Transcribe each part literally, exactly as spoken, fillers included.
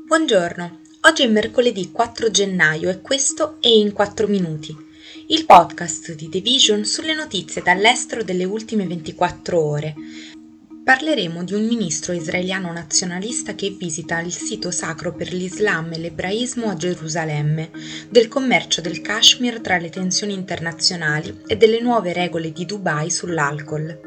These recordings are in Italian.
Buongiorno, oggi è mercoledì quattro gennaio e questo è In quattro minuti, il podcast di The Vision sulle notizie dall'estero delle ultime ventiquattro ore. Parleremo di un ministro israeliano nazionalista che visita il sito sacro per l'Islam e l'ebraismo a Gerusalemme, del commercio del Kashmir tra le tensioni internazionali e delle nuove regole di Dubai sull'alcol.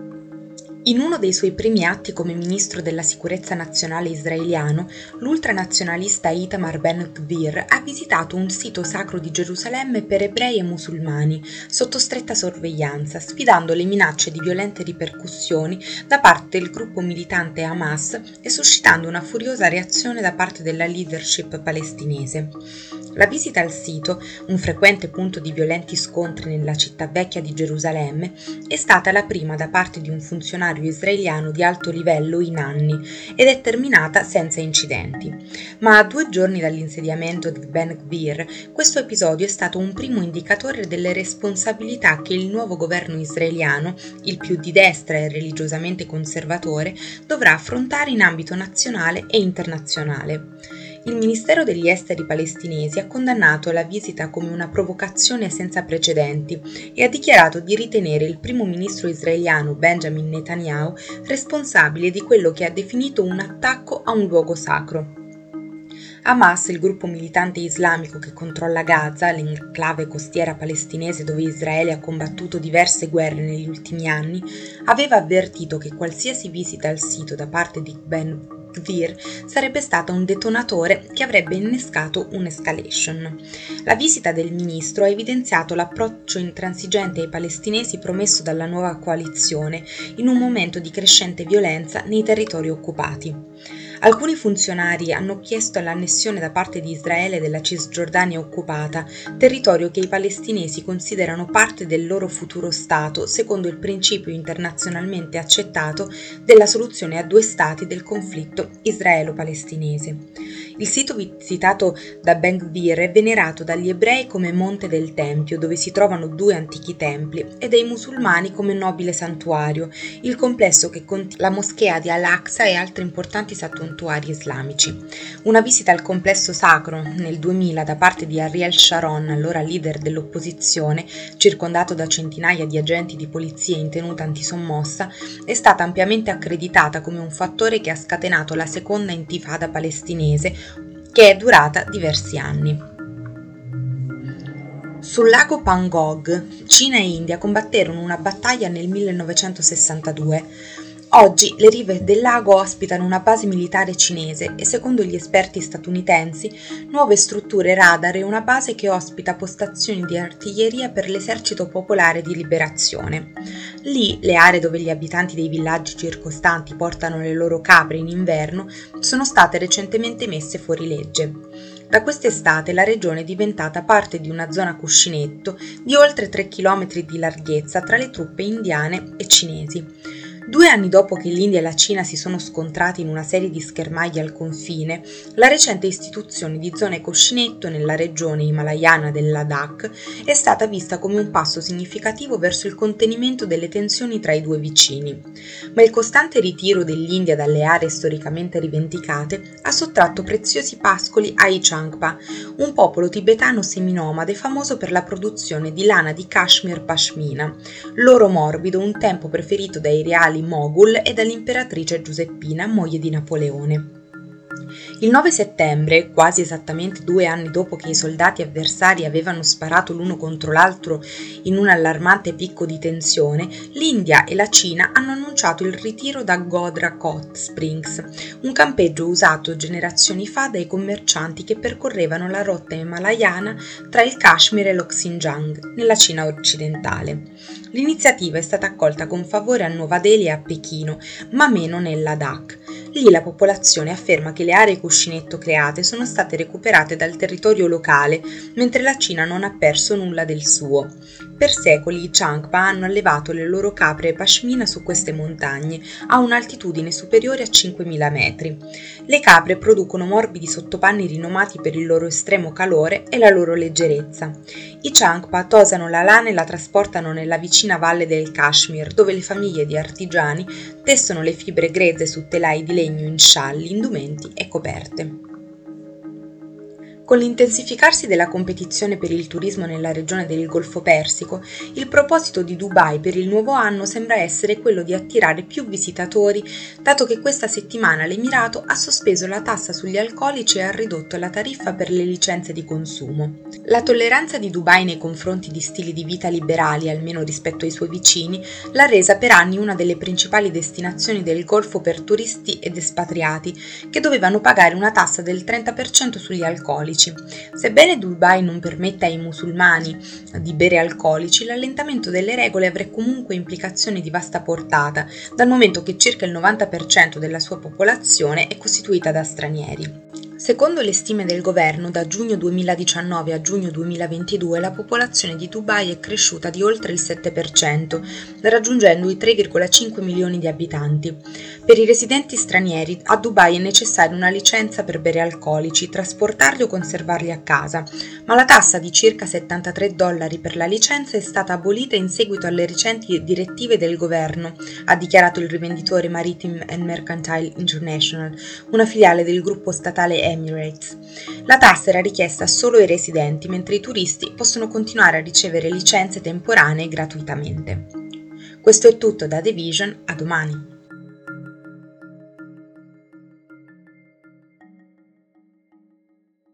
In uno dei suoi primi atti come ministro della sicurezza nazionale israeliano, l'ultranazionalista Itamar Ben-Gvir ha visitato un sito sacro di Gerusalemme per ebrei e musulmani, sotto stretta sorveglianza, sfidando le minacce di violente ripercussioni da parte del gruppo militante Hamas e suscitando una furiosa reazione da parte della leadership palestinese. La visita al sito, un frequente punto di violenti scontri nella città vecchia di Gerusalemme, è stata la prima da parte di un funzionario israeliano di alto livello in anni ed è terminata senza incidenti. Ma a due giorni dall'insediamento di Ben-Gvir, questo episodio è stato un primo indicatore delle responsabilità che il nuovo governo israeliano, il più di destra e religiosamente conservatore, dovrà affrontare in ambito nazionale e internazionale. Il Ministero degli Esteri palestinesi ha condannato la visita come una provocazione senza precedenti e ha dichiarato di ritenere il primo ministro israeliano Benjamin Netanyahu responsabile di quello che ha definito un attacco a un luogo sacro. Hamas, il gruppo militante islamico che controlla Gaza, l'enclave costiera palestinese dove Israele ha combattuto diverse guerre negli ultimi anni, aveva avvertito che qualsiasi visita al sito da parte di Ben Gvir sarebbe stata un detonatore che avrebbe innescato un'escalation. La visita del ministro ha evidenziato l'approccio intransigente ai palestinesi promesso dalla nuova coalizione in un momento di crescente violenza nei territori occupati. Alcuni funzionari hanno chiesto l'annessione da parte di Israele della Cisgiordania occupata, territorio che i palestinesi considerano parte del loro futuro Stato, secondo il principio internazionalmente accettato della soluzione a due stati del conflitto israelo-palestinese. Il sito visitato da Ben-Gvir è venerato dagli ebrei come Monte del Tempio, dove si trovano due antichi templi, e dai musulmani come nobile santuario, il complesso che contiene la moschea di Al-Aqsa e altri importanti santuari islamici. Una visita al complesso sacro nel duemila da parte di Ariel Sharon, allora leader dell'opposizione, circondato da centinaia di agenti di polizia in tenuta antisommossa, è stata ampiamente accreditata come un fattore che ha scatenato la seconda intifada palestinese, che è durata diversi anni. Sul lago Pangong, Cina e India combatterono una battaglia nel millenovecentosessantadue. Oggi le rive del lago ospitano una base militare cinese e, secondo gli esperti statunitensi, nuove strutture radar e una base che ospita postazioni di artiglieria per l'esercito popolare di liberazione. Lì, le aree dove gli abitanti dei villaggi circostanti portano le loro capre in inverno sono state recentemente messe fuori legge. Da quest'estate la regione è diventata parte di una zona cuscinetto di oltre tre chilometri di larghezza tra le truppe indiane e cinesi. Due anni dopo che l'India e la Cina si sono scontrati in una serie di schermaglie al confine, la recente istituzione di zone cuscinetto nella regione himalayana del Ladakh è stata vista come un passo significativo verso il contenimento delle tensioni tra i due vicini. Ma il costante ritiro dell'India dalle aree storicamente rivendicate ha sottratto preziosi pascoli ai Changpa, un popolo tibetano seminomade famoso per la produzione di lana di Kashmir Pashmina, loro morbido un tempo preferito dai reali Moghul e dall'imperatrice Giuseppina, moglie di Napoleone. Il nove settembre, quasi esattamente due anni dopo che i soldati avversari avevano sparato l'uno contro l'altro in un allarmante picco di tensione, l'India e la Cina hanno annunciato il ritiro da Godhra Hot Springs, un campeggio usato generazioni fa dai commercianti che percorrevano la rotta himalayana tra il Kashmir e lo Xinjiang, nella Cina occidentale. L'iniziativa è stata accolta con favore a Nuova Delhi e a Pechino, ma meno nel Ladakh. Lì la popolazione afferma che le aree cuscinetto create sono state recuperate dal territorio locale, mentre la Cina non ha perso nulla del suo. Per secoli i Changpa hanno allevato le loro capre e pashmina su queste montagne, a un'altitudine superiore a cinquemila metri. Le capre producono morbidi sottopanni rinomati per il loro estremo calore e la loro leggerezza. I Changpa tosano la lana e la trasportano nella vicina valle del Kashmir, dove le famiglie di artigiani tessono le fibre grezze su telai di legno in scialli, indumenti e coperte. Con l'intensificarsi della competizione per il turismo nella regione del Golfo Persico, il proposito di Dubai per il nuovo anno sembra essere quello di attirare più visitatori, dato che questa settimana l'Emirato ha sospeso la tassa sugli alcolici e ha ridotto la tariffa per le licenze di consumo. La tolleranza di Dubai nei confronti di stili di vita liberali, almeno rispetto ai suoi vicini, l'ha resa per anni una delle principali destinazioni del Golfo per turisti ed espatriati, che dovevano pagare una tassa del trenta per cento sugli alcolici. Sebbene Dubai non permetta ai musulmani di bere alcolici, l'allentamento delle regole avrebbe comunque implicazioni di vasta portata, dal momento che circa il novanta per cento della sua popolazione è costituita da stranieri. Secondo le stime del governo, da giugno duemiladiciannove a giugno duemilaventidue la popolazione di Dubai è cresciuta di oltre il sette per cento, raggiungendo i tre virgola cinque milioni di abitanti. Per i residenti stranieri a Dubai è necessaria una licenza per bere alcolici, trasportarli o conservarli a casa, ma la tassa di circa settantatré dollari per la licenza è stata abolita in seguito alle recenti direttive del governo, ha dichiarato il rivenditore Maritime and Mercantile International, una filiale del gruppo statale Emirates. La tassa era richiesta solo ai residenti, mentre i turisti possono continuare a ricevere licenze temporanee gratuitamente. Questo è tutto da The Vision, a domani.